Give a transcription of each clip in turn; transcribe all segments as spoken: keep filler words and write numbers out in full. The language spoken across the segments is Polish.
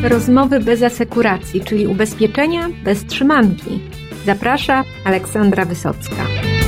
Rozmowy bez asekuracji, czyli ubezpieczenia bez trzymanki. Zaprasza Aleksandra Wysocka.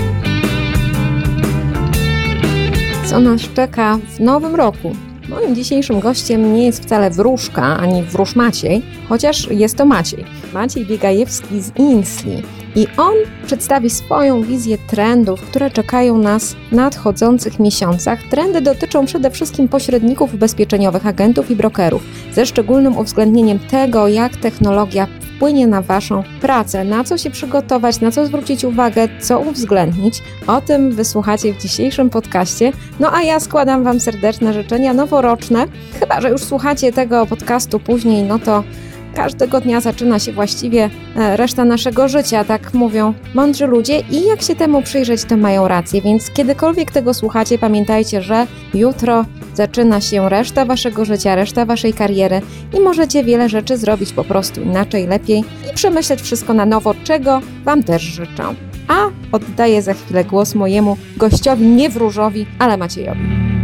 Co nas czeka w nowym roku? Moim dzisiejszym gościem nie jest wcale wróżka, ani wróż Maciej, chociaż jest to Maciej. Maciej Biegajewski z Insli. I on przedstawi swoją wizję trendów, które czekają nas w nadchodzących miesiącach. Trendy dotyczą przede wszystkim pośredników ubezpieczeniowych, agentów i brokerów, ze szczególnym uwzględnieniem tego, jak technologia wpłynie na Waszą pracę, na co się przygotować, na co zwrócić uwagę, co uwzględnić. O tym wysłuchacie w dzisiejszym podcaście. No a ja składam Wam serdeczne życzenia noworoczne. Chyba że już słuchacie tego podcastu później, no to każdego dnia zaczyna się właściwie reszta naszego życia, tak mówią mądrzy ludzie i jak się temu przyjrzeć, to mają rację, więc kiedykolwiek tego słuchacie, pamiętajcie, że jutro zaczyna się reszta waszego życia, reszta waszej kariery i możecie wiele rzeczy zrobić po prostu inaczej, lepiej i przemyśleć wszystko na nowo, czego Wam też życzę. A oddaję za chwilę głos mojemu gościowi, nie wróżowi, ale Maciejowi.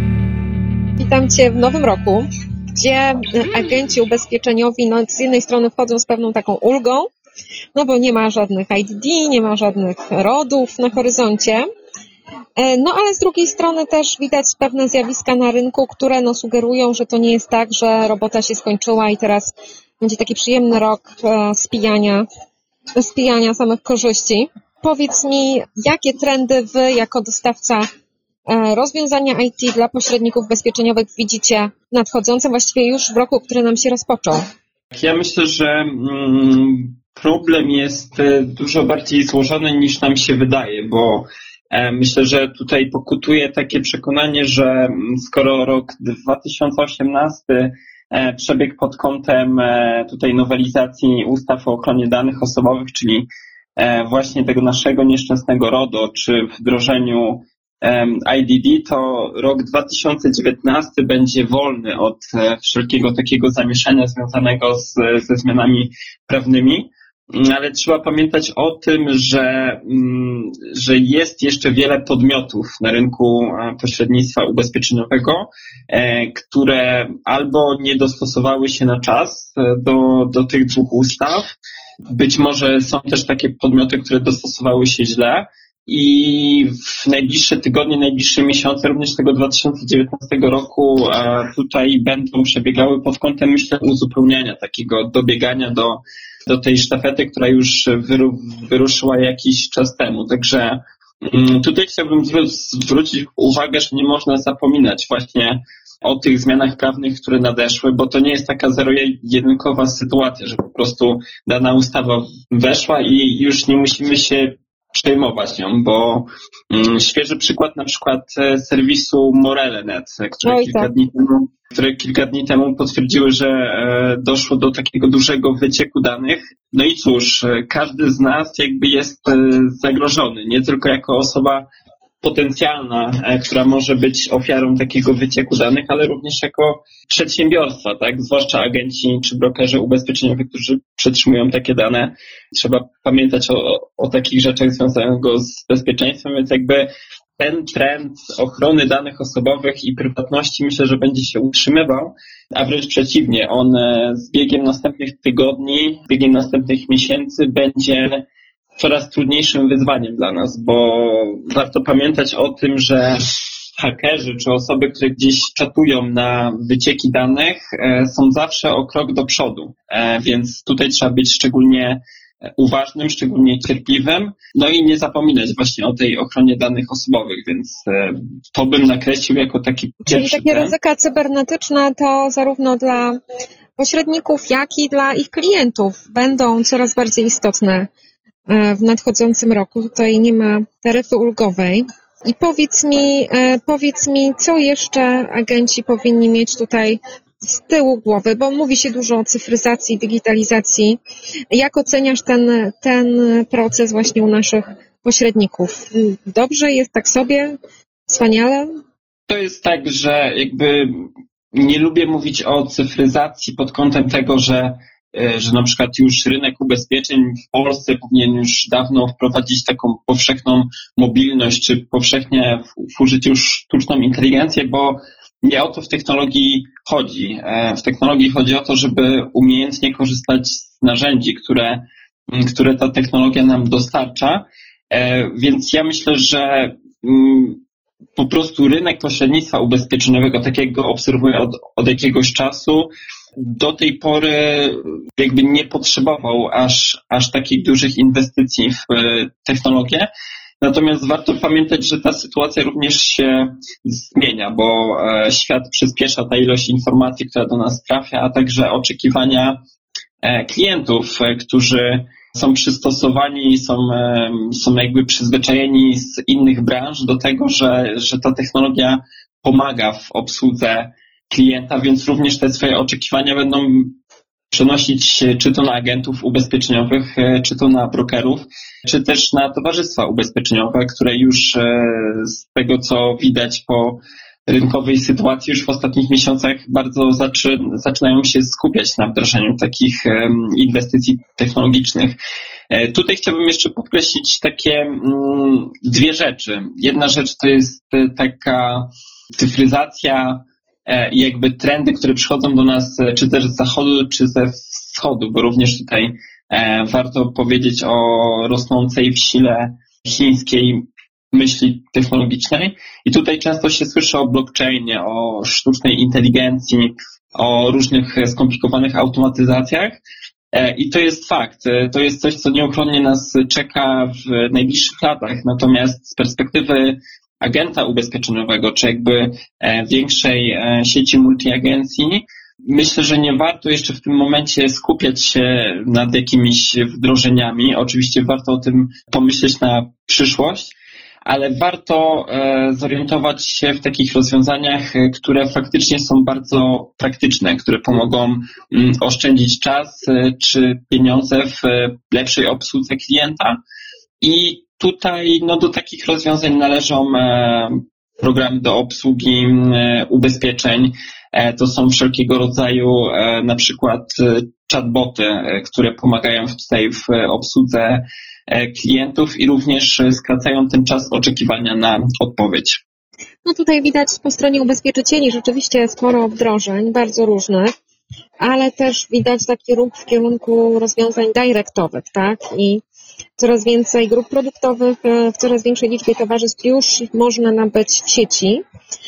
Witam Cię w nowym roku, gdzie agenci ubezpieczeniowi no, z jednej strony wchodzą z pewną taką ulgą, no bo nie ma żadnych I D D, nie ma żadnych rodów na horyzoncie, no ale z drugiej strony też widać pewne zjawiska na rynku, które no, sugerują, że to nie jest tak, że robota się skończyła i teraz będzie taki przyjemny rok spijania, spijania samych korzyści. Powiedz mi, jakie trendy Wy jako dostawca rozwiązania I T dla pośredników ubezpieczeniowych widzicie nadchodzące właściwie już w roku, który nam się rozpoczął? Ja myślę, że problem jest dużo bardziej złożony niż nam się wydaje, bo myślę, że tutaj pokutuje takie przekonanie, że skoro rok dwa tysiące osiemnasty przebiegł pod kątem tutaj nowelizacji ustaw o ochronie danych osobowych, czyli właśnie tego naszego nieszczęsnego RODO, czy wdrożeniu I D D, to rok dwa tysiące dziewiętnasty będzie wolny od wszelkiego takiego zamieszania związanego z, ze zmianami prawnymi, ale trzeba pamiętać o tym, że, że jest jeszcze wiele podmiotów na rynku pośrednictwa ubezpieczeniowego, które albo nie dostosowały się na czas do, do tych dwóch ustaw, być może są też takie podmioty, które dostosowały się źle, i w najbliższe tygodnie, najbliższe miesiące również tego dwa tysiące dziewiętnastego roku tutaj będą przebiegały pod kątem, myślę, uzupełniania, takiego dobiegania do, do tej sztafety, która już wyru, wyruszyła jakiś czas temu. Także tutaj chciałbym zwrócić uwagę, że nie można zapominać właśnie o tych zmianach prawnych, które nadeszły, bo to nie jest taka zero-jedynkowa sytuacja, że po prostu dana ustawa weszła i już nie musimy się przejmować nią, bo mm, świeży przykład na przykład serwisu Morele kropka net, które kilka dni temu, które kilka dni temu potwierdziły, że e, doszło do takiego dużego wycieku danych. No i cóż, każdy z nas jakby jest e, zagrożony, nie tylko jako osoba potencjalna, e, która może być ofiarą takiego wycieku danych, ale również jako przedsiębiorstwa, tak? Zwłaszcza agenci czy brokerzy ubezpieczeniowi, którzy przetrzymują takie dane. Trzeba pamiętać o, o takich rzeczach związanych z bezpieczeństwem, więc jakby ten trend ochrony danych osobowych i prywatności myślę, że będzie się utrzymywał, a wręcz przeciwnie, on z biegiem następnych tygodni, z biegiem następnych miesięcy będzie coraz trudniejszym wyzwaniem dla nas, bo warto pamiętać o tym, że hakerzy czy osoby, które gdzieś czatują na wycieki danych, są zawsze o krok do przodu, więc tutaj trzeba być szczególnie uważnym, szczególnie cierpliwym, no i nie zapominać właśnie o tej ochronie danych osobowych, więc to bym nakreślił jako taki pierwszy. Czyli takie ten. Ryzyka cybernetyczne to zarówno dla pośredników, jak i dla ich klientów będą coraz bardziej istotne w nadchodzącym roku. Tutaj nie ma taryfy ulgowej. I powiedz mi, powiedz mi, co jeszcze agenci powinni mieć tutaj z tyłu głowy, bo mówi się dużo o cyfryzacji, digitalizacji. Jak oceniasz ten, ten proces właśnie u naszych pośredników? Dobrze? Jest tak sobie? Wspaniale? To jest tak, że jakby nie lubię mówić o cyfryzacji pod kątem tego, że że na przykład już rynek ubezpieczeń w Polsce powinien już dawno wprowadzić taką powszechną mobilność, czy powszechnie w użyciu sztuczną inteligencję, bo nie o to w technologii chodzi. W technologii chodzi o to, żeby umiejętnie korzystać z narzędzi, które, które ta technologia nam dostarcza. Więc ja myślę, że po prostu rynek pośrednictwa ubezpieczeniowego, tak jak go obserwuję od, od jakiegoś czasu, do tej pory jakby nie potrzebował aż, aż takich dużych inwestycji w technologię. Natomiast warto pamiętać, że ta sytuacja również się zmienia, bo świat przyspiesza, ta ilość informacji, która do nas trafia, a także oczekiwania klientów, którzy są przystosowani, są, są jakby przyzwyczajeni z innych branż do tego, że, że ta technologia pomaga w obsłudze klienta, więc również te swoje oczekiwania będą przenosić czy to na agentów ubezpieczeniowych, czy to na brokerów, czy też na towarzystwa ubezpieczeniowe, które już z tego, co widać po rynkowej sytuacji, już w ostatnich miesiącach bardzo zaczy, zaczynają się skupiać na wdrażaniu takich inwestycji technologicznych. Tutaj chciałbym jeszcze podkreślić takie dwie rzeczy. Jedna rzecz to jest taka cyfryzacja i jakby trendy, które przychodzą do nas czy też z zachodu, czy ze wschodu, bo również tutaj warto powiedzieć o rosnącej w sile chińskiej myśli technologicznej. I tutaj często się słyszy o blockchainie, o sztucznej inteligencji, o różnych skomplikowanych automatyzacjach. I to jest fakt. To jest coś, co nieuchronnie nas czeka w najbliższych latach. Natomiast z perspektywy agenta ubezpieczeniowego, czy jakby większej sieci multiagencji, myślę, że nie warto jeszcze w tym momencie skupiać się nad jakimiś wdrożeniami. Oczywiście warto o tym pomyśleć na przyszłość, ale warto zorientować się w takich rozwiązaniach, które faktycznie są bardzo praktyczne, które pomogą oszczędzić czas czy pieniądze w lepszej obsłudze klienta. I tutaj no, do takich rozwiązań należą programy do obsługi ubezpieczeń. To są wszelkiego rodzaju na przykład chatboty, które pomagają tutaj w obsłudze klientów i również skracają ten czas oczekiwania na odpowiedź. No tutaj widać po stronie ubezpieczycieli rzeczywiście sporo wdrożeń, bardzo różnych, ale też widać taki ruch w kierunku rozwiązań directowych, tak? I coraz więcej grup produktowych, w coraz większej liczbie towarzystw już można nabyć w sieci,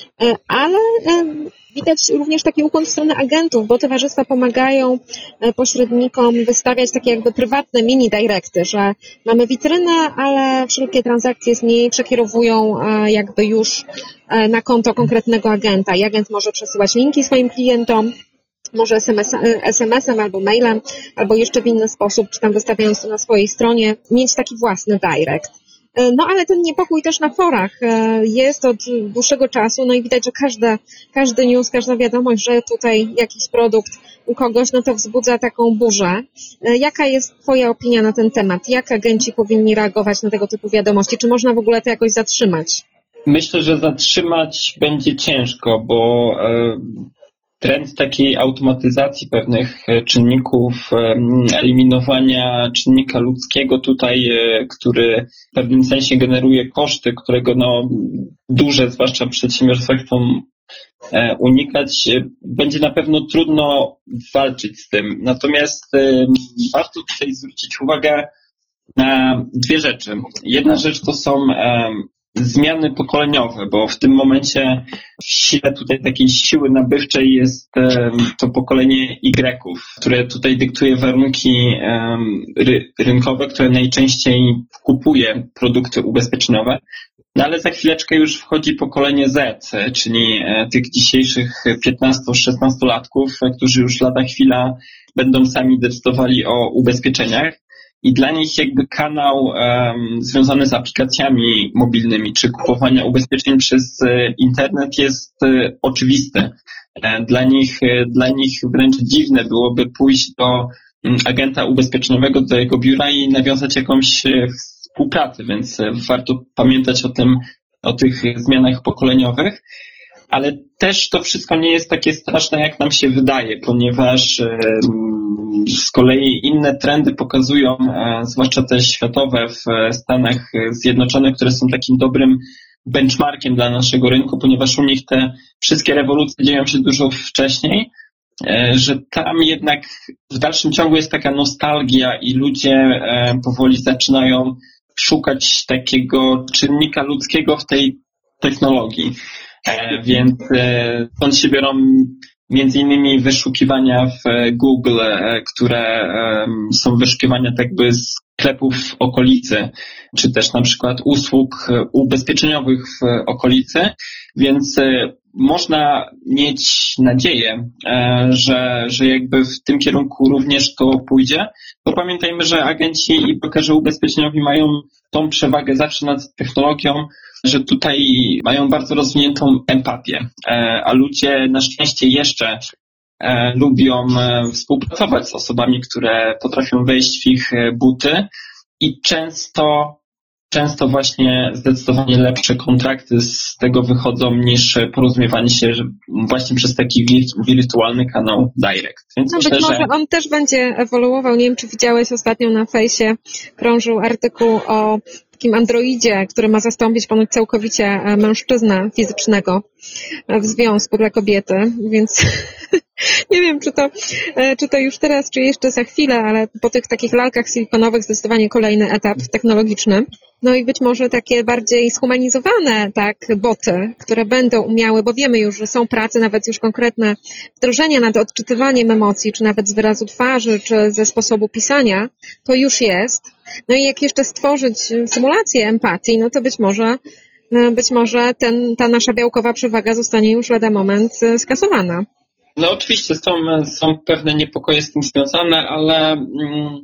ale widać również taki ukłon w stronę agentów, bo towarzystwa pomagają pośrednikom wystawiać takie jakby prywatne mini directy, że mamy witrynę, ale wszelkie transakcje z niej przekierowują jakby już na konto konkretnego agenta i agent może przesyłać linki swoim klientom, może es em esem albo mailem, albo jeszcze w inny sposób, czy tam wystawiając to na swojej stronie, mieć taki własny direct. No ale ten niepokój też na forach jest od dłuższego czasu, no i widać, że każda, każdy news, każda wiadomość, że tutaj jakiś produkt u kogoś, no to wzbudza taką burzę. Jaka jest Twoja opinia na ten temat? Jak agenci powinni reagować na tego typu wiadomości? Czy można w ogóle to jakoś zatrzymać? Myślę, że zatrzymać będzie ciężko, bo trend takiej automatyzacji pewnych czynników, eliminowania czynnika ludzkiego tutaj, który w pewnym sensie generuje koszty, którego no duże, zwłaszcza przedsiębiorstwa chcą unikać, będzie na pewno trudno walczyć z tym. Natomiast warto tutaj zwrócić uwagę na dwie rzeczy. Jedna rzecz to są zmiany pokoleniowe, bo w tym momencie w sile tutaj takiej siły nabywczej jest to pokolenie Y, które tutaj dyktuje warunki ry- rynkowe, które najczęściej kupuje produkty ubezpieczeniowe. No ale za chwileczkę już wchodzi pokolenie Z, czyli tych dzisiejszych piętnasto-szesnastolatków, którzy już lada chwila będą sami decydowali o ubezpieczeniach. I dla nich jakby kanał um, związany z aplikacjami mobilnymi czy kupowania ubezpieczeń przez e, internet jest e, oczywisty. E, dla nich, e, dla nich wręcz dziwne byłoby pójść do m, agenta ubezpieczeniowego, do jego biura i nawiązać jakąś e, współpracę, więc e, warto pamiętać o tym, o tych zmianach pokoleniowych. Ale też to wszystko nie jest takie straszne, jak nam się wydaje, ponieważ z kolei inne trendy pokazują, zwłaszcza te światowe w Stanach Zjednoczonych, które są takim dobrym benchmarkiem dla naszego rynku, ponieważ u nich te wszystkie rewolucje dzieją się dużo wcześniej, że tam jednak w dalszym ciągu jest taka nostalgia i ludzie powoli zaczynają szukać takiego czynnika ludzkiego w tej technologii. Więc stąd się biorą między innymi wyszukiwania w Google, które są wyszukiwania tak jakby z sklepów w okolicy, czy też na przykład usług ubezpieczeniowych w okolicy, więc można mieć nadzieję, że, że jakby w tym kierunku również to pójdzie, bo pamiętajmy, że agenci i brokerzy ubezpieczeniowi mają tą przewagę zawsze nad technologią, że tutaj mają bardzo rozwiniętą empatię, a ludzie na szczęście jeszcze lubią współpracować z osobami, które potrafią wejść w ich buty i często, często właśnie zdecydowanie lepsze kontrakty z tego wychodzą niż porozumiewanie się właśnie przez taki wirtualny kanał direct. Więc no myślę, być może że... on też będzie ewoluował. Nie wiem, czy widziałeś ostatnio na fejsie, krążył artykuł o takim androidzie, który ma zastąpić ponoć całkowicie mężczyznę fizycznego w związku dla kobiety, więc nie wiem, czy to, czy to już teraz, czy jeszcze za chwilę, ale po tych takich lalkach silikonowych zdecydowanie kolejny etap technologiczny. No i być może takie bardziej zhumanizowane, tak, boty, które będą umiały, bo wiemy już, że są prace, nawet już konkretne wdrożenia nad odczytywaniem emocji, czy nawet z wyrazu twarzy, czy ze sposobu pisania, to już jest. No i jak jeszcze stworzyć symulację empatii, no to być może, być może ten, ta nasza białkowa przewaga zostanie już lada moment skasowana. No oczywiście są, są pewne niepokoje z tym związane, ale mm,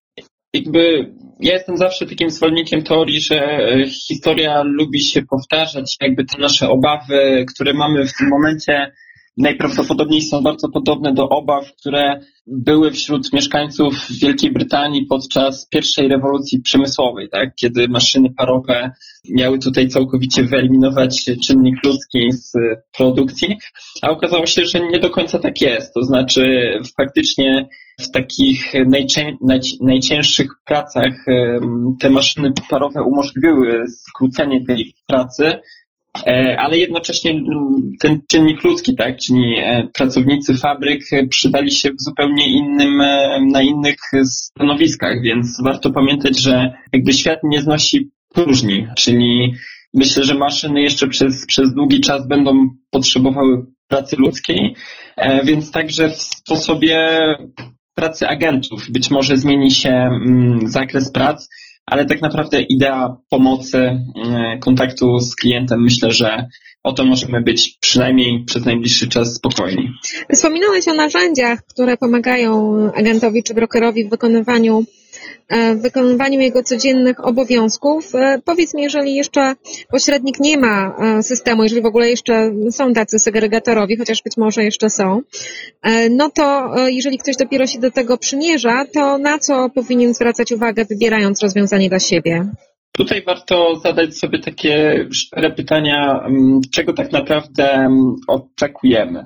jakby ja jestem zawsze takim zwolennikiem teorii, że historia lubi się powtarzać, jakby te nasze obawy, które mamy w tym momencie, najprawdopodobniej są bardzo podobne do obaw, które były wśród mieszkańców Wielkiej Brytanii podczas pierwszej rewolucji przemysłowej, tak? Kiedy maszyny parowe miały tutaj całkowicie wyeliminować czynnik ludzki z produkcji, a okazało się, że nie do końca tak jest. To znaczy faktycznie w takich najcię, najci, najcięższych pracach te maszyny parowe umożliwiły skrócenie tej pracy, ale jednocześnie ten czynnik ludzki, tak, czyli pracownicy fabryk przydali się w zupełnie innym, na innych stanowiskach, więc warto pamiętać, że jakby świat nie znosi próżni, czyli myślę, że maszyny jeszcze przez, przez długi czas będą potrzebowały pracy ludzkiej, więc także w sposobie pracy agentów być może zmieni się zakres prac, ale tak naprawdę idea pomocy, kontaktu z klientem, myślę, że o to możemy być przynajmniej przez najbliższy czas spokojni. Wspominałeś o narzędziach, które pomagają agentowi czy brokerowi w wykonywaniu, w wykonywaniu jego codziennych obowiązków. Powiedz mi, jeżeli jeszcze pośrednik nie ma systemu, jeżeli w ogóle jeszcze są tacy segregatorowi, chociaż być może jeszcze są, no to jeżeli ktoś dopiero się do tego przymierza, to na co powinien zwracać uwagę, wybierając rozwiązanie dla siebie? Tutaj warto zadać sobie takie szczere pytania, czego tak naprawdę oczekujemy,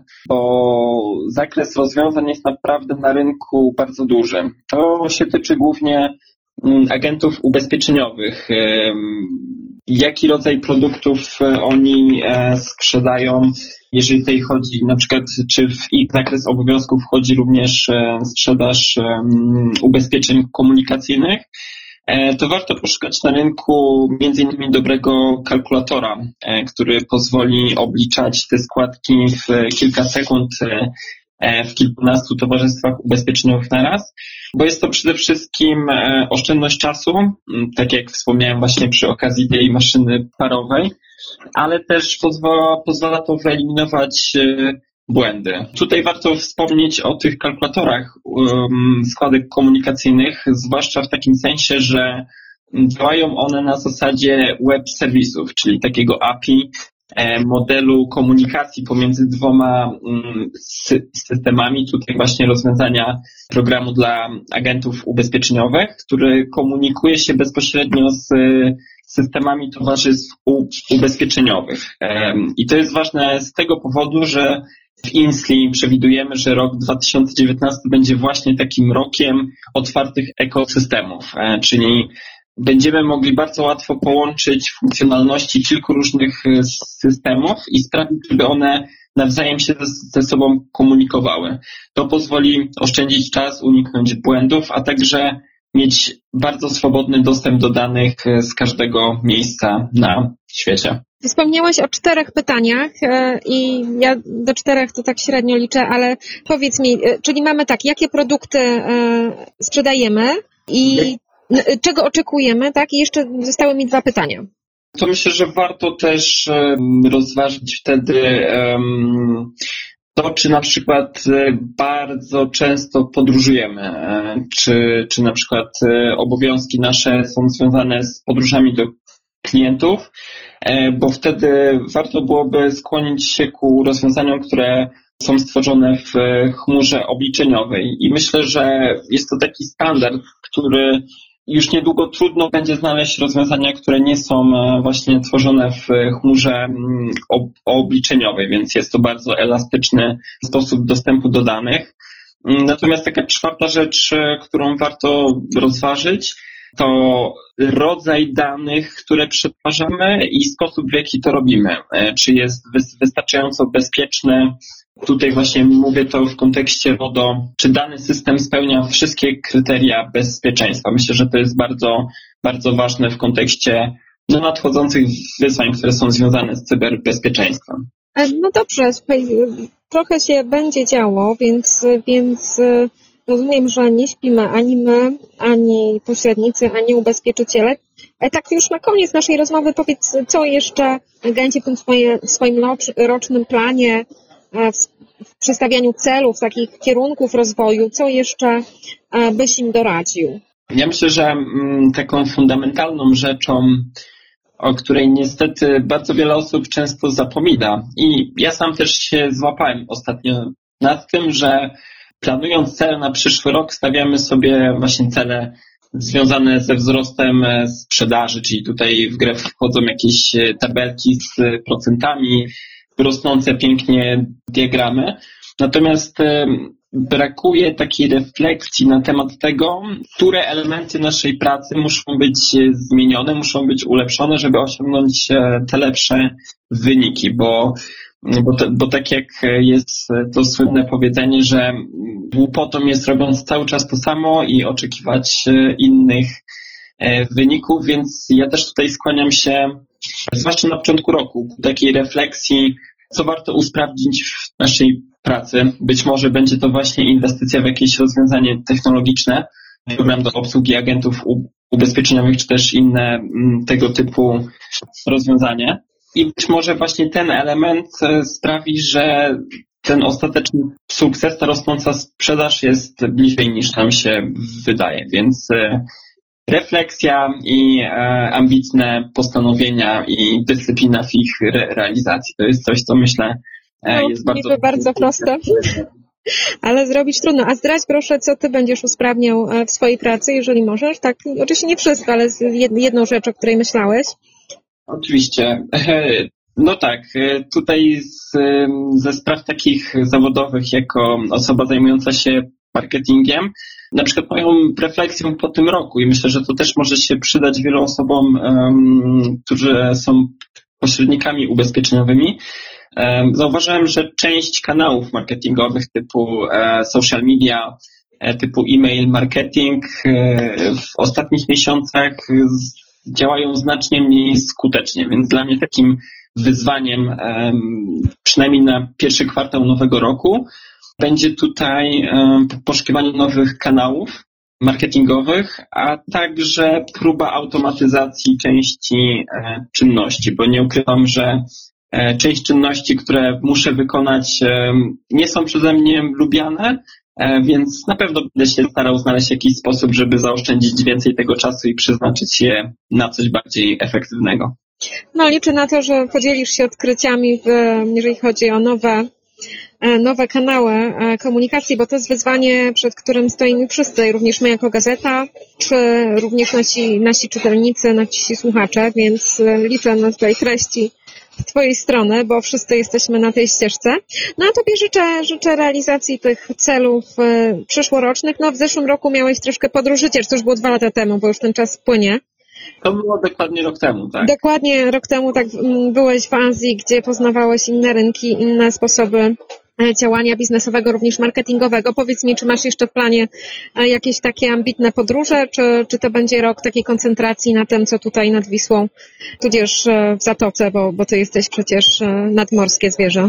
bo zakres rozwiązań jest naprawdę na rynku bardzo duży. To się tyczy głównie agentów ubezpieczeniowych. Jaki rodzaj produktów oni sprzedają, jeżeli tutaj chodzi na przykład, czy w ich zakres obowiązków wchodzi również sprzedaż ubezpieczeń komunikacyjnych, to warto poszukać na rynku między innymi dobrego kalkulatora, który pozwoli obliczać te składki w kilka sekund w kilkunastu towarzystwach ubezpieczeniowych na raz, bo jest to przede wszystkim oszczędność czasu, tak jak wspomniałem właśnie przy okazji tej maszyny parowej, ale też pozwala, pozwala to wyeliminować błędy. Tutaj warto wspomnieć o tych kalkulatorach um, składek komunikacyjnych, zwłaszcza w takim sensie, że działają one na zasadzie web serwisów, czyli takiego A P I, e, modelu komunikacji pomiędzy dwoma um, sy- systemami. Tutaj właśnie rozwiązania programu dla agentów ubezpieczeniowych, który komunikuje się bezpośrednio z systemami towarzystw ubezpieczeniowych. E, I to jest ważne z tego powodu, że w Insli przewidujemy, że rok dwa tysiące dziewiętnasty będzie właśnie takim rokiem otwartych ekosystemów, czyli będziemy mogli bardzo łatwo połączyć funkcjonalności kilku różnych systemów i sprawić, żeby one nawzajem się ze sobą komunikowały. To pozwoli oszczędzić czas, uniknąć błędów, a także mieć bardzo swobodny dostęp do danych z każdego miejsca na świecie. Wspomniałeś o czterech pytaniach i ja do czterech to tak średnio liczę, ale powiedz mi, czyli mamy tak, jakie produkty sprzedajemy i czego oczekujemy, tak? I jeszcze zostały mi dwa pytania. To myślę, że warto też rozważyć wtedy to, czy na przykład bardzo często podróżujemy, czy, czy na przykład obowiązki nasze są związane z podróżami do klientów, bo wtedy warto byłoby skłonić się ku rozwiązaniom, które są stworzone w chmurze obliczeniowej. I myślę, że jest to taki standard, który już niedługo trudno będzie znaleźć rozwiązania, które nie są właśnie tworzone w chmurze obliczeniowej, więc jest to bardzo elastyczny sposób dostępu do danych. Natomiast taka czwarta rzecz, którą warto rozważyć, to rodzaj danych, które przetwarzamy i sposób, w jaki to robimy. Czy jest wystarczająco bezpieczny? Tutaj właśnie mówię to w kontekście R O D O. Czy dany system spełnia wszystkie kryteria bezpieczeństwa? Myślę, że to jest bardzo, bardzo ważne w kontekście no, nadchodzących wyzwań, które są związane z cyberbezpieczeństwem. No dobrze, trochę się będzie działo, więc, więc rozumiem, że nie śpimy ani my, ani pośrednicy, ani ubezpieczyciele. Tak już na koniec naszej rozmowy powiedz, co jeszcze Genci w tym swoje, w swoim rocznym planie, w przedstawianiu celów, takich kierunków rozwoju, co jeszcze byś im doradził? Ja myślę, że taką fundamentalną rzeczą, o której niestety bardzo wiele osób często zapomina i ja sam też się złapałem ostatnio nad tym, że planując cele na przyszły rok stawiamy sobie właśnie cele związane ze wzrostem sprzedaży, czyli tutaj w grę wchodzą jakieś tabelki z procentami, rosnące pięknie diagramy. Natomiast brakuje takiej refleksji na temat tego, które elementy naszej pracy muszą być zmienione, muszą być ulepszone, żeby osiągnąć te lepsze wyniki, bo, bo, to, bo tak jak jest to słynne powiedzenie, że głupotą jest robiąc cały czas to samo i oczekiwać innych wyników, więc ja też tutaj skłaniam się, zwłaszcza na początku roku, ku takiej refleksji, co warto usprawnić w naszej pracy. Być może będzie to właśnie inwestycja w jakieś rozwiązanie technologiczne, program do obsługi agentów ubezpieczeniowych, czy też inne tego typu rozwiązanie. I być może właśnie ten element sprawi, że ten ostateczny sukces, ta rosnąca sprzedaż jest bliżej niż nam się wydaje. Więc refleksja i e, ambitne postanowienia i dyscyplina w ich re- realizacji. To jest coś, co myślę e, no, jest bardzo... bardzo proste, ale zrobić trudno. A zdradź proszę, co ty będziesz usprawniał w swojej pracy, jeżeli możesz. Tak, oczywiście nie wszystko, ale jedną rzecz, o której myślałeś. Oczywiście. No tak, tutaj z, ze spraw takich zawodowych, jako osoba zajmująca się marketingiem, na przykład moją refleksją po tym roku i myślę, że to też może się przydać wielu osobom, um, którzy są pośrednikami ubezpieczeniowymi. Um, zauważyłem, że część kanałów marketingowych typu e, social media, e, typu e-mail marketing e, w ostatnich miesiącach z, działają znacznie mniej skutecznie, więc dla mnie takim wyzwaniem, e, przynajmniej na pierwszy kwartał nowego roku, będzie tutaj e, poszukiwanie nowych kanałów marketingowych, a także próba automatyzacji części e, czynności, bo nie ukrywam, że e, część czynności, które muszę wykonać, e, nie są przeze mnie lubiane, e, więc na pewno będę się starał znaleźć jakiś sposób, żeby zaoszczędzić więcej tego czasu i przeznaczyć je na coś bardziej efektywnego. No liczę na to, że podzielisz się odkryciami, w, jeżeli chodzi o nowe nowe kanały komunikacji, bo to jest wyzwanie, przed którym stoimy wszyscy, również my jako gazeta, czy również nasi, nasi czytelnicy, nasi słuchacze, więc liczę na tutaj treści z twojej strony, bo wszyscy jesteśmy na tej ścieżce. No a tobie życzę, życzę realizacji tych celów przyszłorocznych. No w zeszłym roku miałeś troszkę podróży, to już było dwa lata temu, bo już ten czas płynie. To było dokładnie rok temu, tak? Dokładnie rok temu tak byłeś w Azji, gdzie poznawałeś inne rynki, inne sposoby działania biznesowego, również marketingowego. Powiedz mi, czy masz jeszcze w planie jakieś takie ambitne podróże, czy, czy to będzie rok takiej koncentracji na tym, co tutaj nad Wisłą, tudzież w Zatoce, bo, bo ty jesteś przecież nadmorskie zwierzę.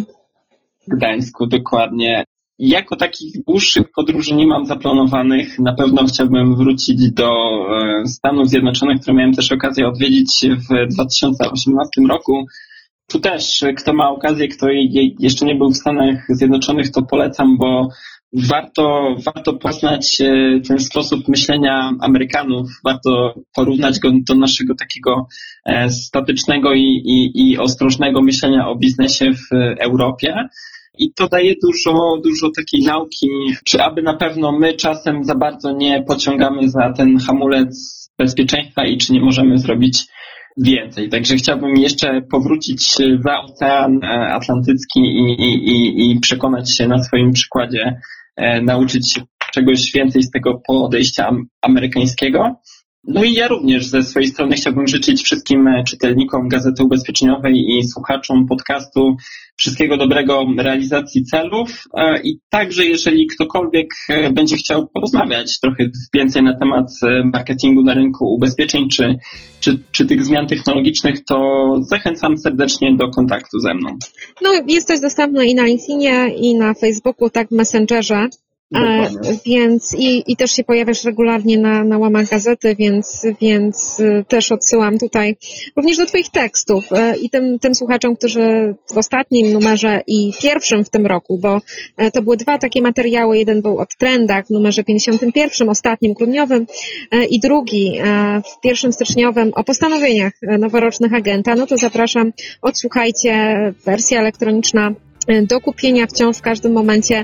W Gdańsku, dokładnie. Jako takich dłuższych podróży nie mam zaplanowanych. Na pewno chciałbym wrócić do Stanów Zjednoczonych, które miałem też okazję odwiedzić w dwa tysiące osiemnastym roku. Tu też, kto ma okazję, kto jeszcze nie był w Stanach Zjednoczonych, to polecam, bo warto, warto poznać ten sposób myślenia Amerykanów, warto porównać go do naszego takiego statycznego i, i, i ostrożnego myślenia o biznesie w Europie. I to daje dużo, dużo takiej nauki, czy aby na pewno my czasem za bardzo nie pociągamy za ten hamulec bezpieczeństwa i czy nie możemy zrobić więcej. Także chciałbym jeszcze powrócić za Ocean Atlantycki i, i, i przekonać się na swoim przykładzie, e, nauczyć się czegoś więcej z tego podejścia amerykańskiego. No i ja również ze swojej strony chciałbym życzyć wszystkim czytelnikom Gazety Ubezpieczeniowej i słuchaczom podcastu wszystkiego dobrego, realizacji celów i także jeżeli ktokolwiek będzie chciał porozmawiać trochę więcej na temat marketingu na rynku ubezpieczeń czy, czy, czy tych zmian technologicznych, to zachęcam serdecznie do kontaktu ze mną. No, jesteś dostępny i na LinkedInie, i na Facebooku, tak w Messengerze. E, więc i, i też się pojawiasz regularnie na, na łamach gazety, więc, więc też odsyłam tutaj również do Twoich tekstów e, i tym, tym słuchaczom, którzy w ostatnim numerze i pierwszym w tym roku, bo e, to były dwa takie materiały, jeden był o trendach w numerze pięćdziesiątym pierwszym, ostatnim grudniowym e, i drugi e, w pierwszym styczniowym o postanowieniach noworocznych agenta, no to zapraszam, odsłuchajcie, wersja elektroniczna do kupienia wciąż w każdym momencie.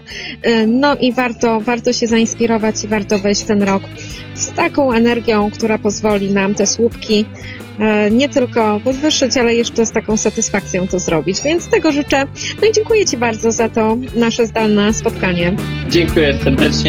No i warto, warto się zainspirować i warto wejść w ten rok z taką energią, która pozwoli nam te słupki nie tylko podwyższyć, ale jeszcze z taką satysfakcją to zrobić. Więc tego życzę. No i dziękuję Ci bardzo za to nasze zdalne spotkanie. Dziękuję serdecznie.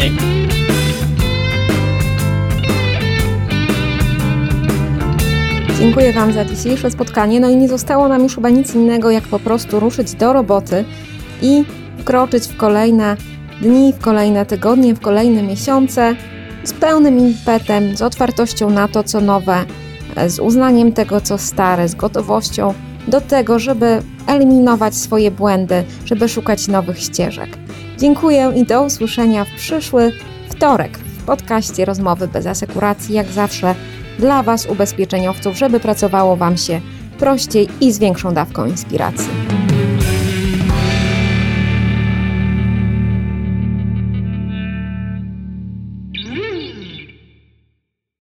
Dziękuję Wam za dzisiejsze spotkanie. No i nie zostało nam już chyba nic innego, jak po prostu ruszyć do roboty i wkroczyć w kolejne dni, w kolejne tygodnie, w kolejne miesiące z pełnym impetem, z otwartością na to, co nowe, z uznaniem tego, co stare, z gotowością do tego, żeby eliminować swoje błędy, żeby szukać nowych ścieżek. Dziękuję i do usłyszenia w przyszły wtorek w podcaście Rozmowy bez asekuracji, jak zawsze dla Was, ubezpieczeniowców, żeby pracowało Wam się prościej i z większą dawką inspiracji.